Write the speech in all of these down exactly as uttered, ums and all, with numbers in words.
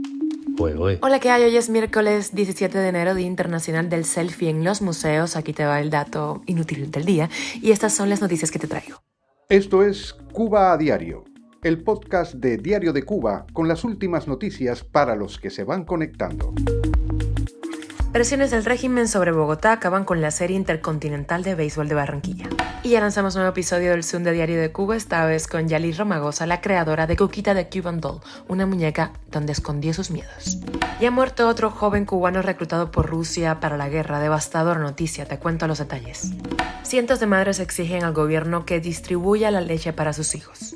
Uy, uy. Hola, ¿qué hay? Hoy es miércoles diecisiete de enero, Día Internacional del Selfie en los museos. Aquí te va el dato inútil del día y estas son las noticias que te traigo. Esto es Cuba a Diario, el podcast de Diario de Cuba con las últimas noticias para los que se van conectando. Presiones del régimen sobre Bogotá acaban con la serie intercontinental de béisbol de Barranquilla. Y ya lanzamos un nuevo episodio del Zoom de Diario de Cuba, esta vez con Yali Romagosa, la creadora de Cuquita the Cuban Doll, una muñeca donde escondió sus miedos. Y ha muerto otro joven cubano reclutado por Rusia para la guerra. Devastadora noticia, te cuento los detalles. Cientos de madres exigen al gobierno que distribuya la leche para sus hijos.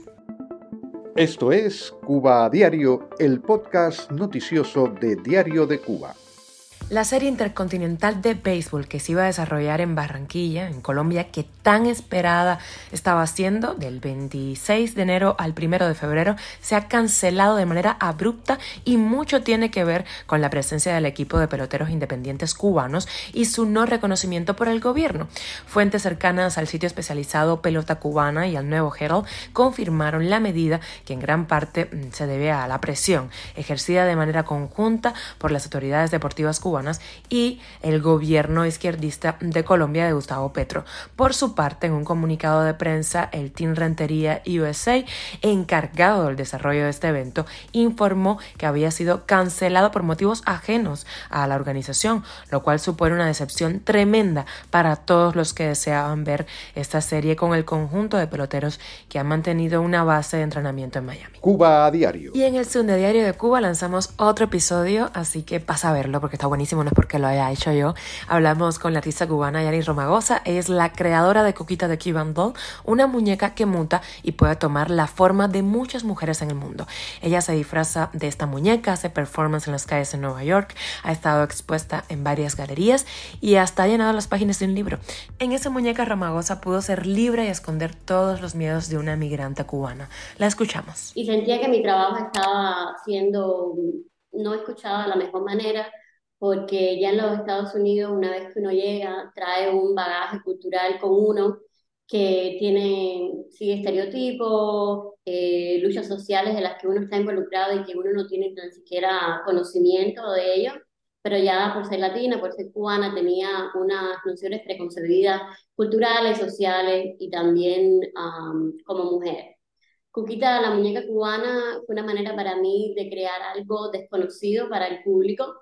Esto es Cuba a Diario, el podcast noticioso de Diario de Cuba. La serie intercontinental de béisbol que se iba a desarrollar en Barranquilla, en Colombia, que tan esperada estaba siendo, del veintiséis de enero al primero de febrero, se ha cancelado de manera abrupta y mucho tiene que ver con la presencia del equipo de peloteros independientes cubanos y su no reconocimiento por el gobierno. Fuentes cercanas al sitio especializado Pelota Cubana y al Nuevo Herald confirmaron la medida, que en gran parte se debe a la presión ejercida de manera conjunta por las autoridades deportivas cubanas y el gobierno izquierdista de Colombia de Gustavo Petro. Por su parte, en un comunicado de prensa, el Team Rentería U S A, encargado del desarrollo de este evento, informó que había sido cancelado por motivos ajenos a la organización, lo cual supone una decepción tremenda para todos los que deseaban ver esta serie con el conjunto de peloteros que han mantenido una base de entrenamiento en Miami. Cuba a Diario. Y en el Zoom de Diario de Cuba lanzamos otro episodio, así que pasa a verlo porque está buenísimo. No es porque lo haya hecho yo. Hablamos con la artista cubana Yali Romagosa. Ella es la creadora de Cuquita the Cuban Doll, una muñeca que muta y puede tomar la forma de muchas mujeres en el mundo. Ella se disfraza de esta muñeca, hace performance en las calles de Nueva York, ha estado expuesta en varias galerías y hasta ha llenado las páginas de un libro. En esa muñeca Romagosa pudo ser libre y esconder todos los miedos de una migrante cubana. La escuchamos. Y sentía que mi trabajo estaba siendo no escuchado de la mejor manera, porque ya en los Estados Unidos, una vez que uno llega, trae un bagaje cultural con uno que tiene, sigue estereotipos, eh, luchas sociales de las que uno está involucrado y que uno no tiene ni siquiera conocimiento de ello, pero ya por ser latina, por ser cubana, tenía unas nociones preconcebidas culturales, sociales y también um, como mujer. Cuquita, la muñeca cubana, fue una manera para mí de crear algo desconocido para el público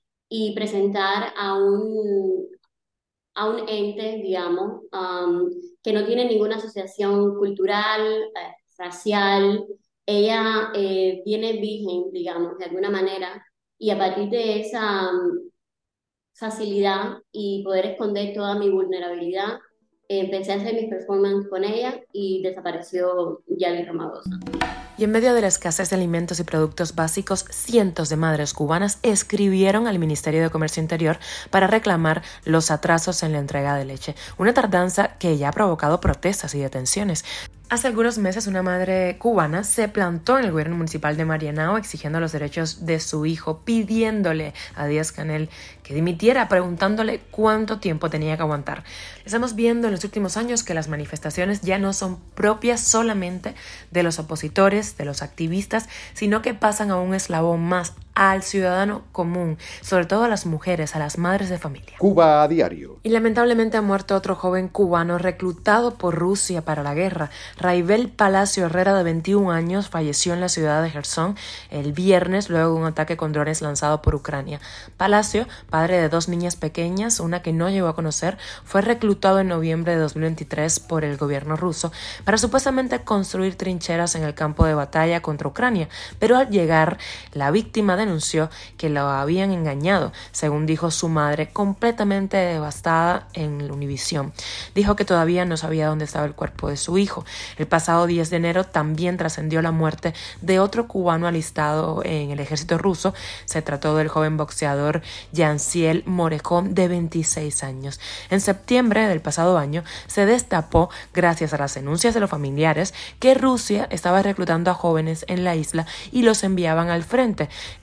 y presentar a un, a un ente, digamos, um, que no tiene ninguna asociación cultural, eh, racial. Ella eh, viene virgen, digamos, de alguna manera, y a partir de esa um, facilidad y poder esconder toda mi vulnerabilidad, eh, empecé a hacer mis performances con ella y desapareció Yali Romagosa. Y en medio de la escasez de alimentos y productos básicos, cientos de madres cubanas escribieron al Ministerio de Comercio Interior para reclamar los atrasos en la entrega de leche, una tardanza que ya ha provocado protestas y detenciones. Hace algunos meses una madre cubana se plantó en el gobierno municipal de Marianao exigiendo los derechos de su hijo, pidiéndole a Díaz-Canel que dimitiera, preguntándole cuánto tiempo tenía que aguantar. Estamos viendo en los últimos años que las manifestaciones ya no son propias solamente de los opositores, de los activistas, sino que pasan a un eslabón más, al ciudadano común, sobre todo a las mujeres, a las madres de familia. Cuba a Diario. Y lamentablemente ha muerto otro joven cubano reclutado por Rusia para la guerra. Raibel Palacio Herrera, de veintiún años, falleció en la ciudad de Jersón el viernes luego de un ataque con drones lanzado por Ucrania. Palacio, padre de dos niñas pequeñas, una que no llegó a conocer, fue reclutado en noviembre de dos mil veintitrés por el gobierno ruso para supuestamente construir trincheras en el campo de batalla contra Ucrania, pero al llegar, la víctima denunció que lo habían engañado, según dijo su madre, completamente devastada en Univisión. Dijo que todavía no sabía dónde estaba el cuerpo de su hijo. El pasado diez de enero también trascendió la muerte de otro cubano alistado en el ejército ruso. Se trató del joven boxeador Yanciel Morejón, de veintiséis años. En septiembre del pasado año se destapó, gracias a las denuncias de los familiares, que Rusia estaba reclutando a jóvenes en la isla y los enviaban al frente.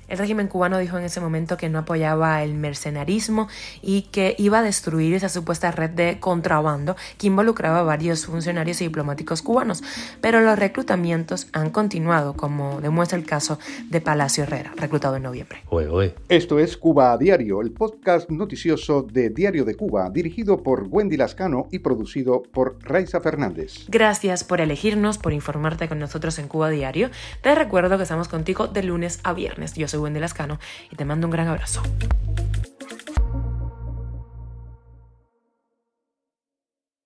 El régimen cubano dijo en ese momento que no apoyaba el mercenarismo y que iba a destruir esa supuesta red de contrabando que involucraba a varios funcionarios y diplomáticos cubanos. Pero los reclutamientos han continuado, como demuestra el caso de Palacio Herrera, reclutado en noviembre. Oye, oye. Esto es Cuba a Diario, el podcast noticioso de Diario de Cuba, dirigido por Wendy Lascano y producido por Raiza Fernández. Gracias por elegirnos, por informarte con nosotros en Cuba a Diario. Te recuerdo que estamos contigo de lunes a viernes. Yo soy Wendy Lascano y te mando un gran abrazo.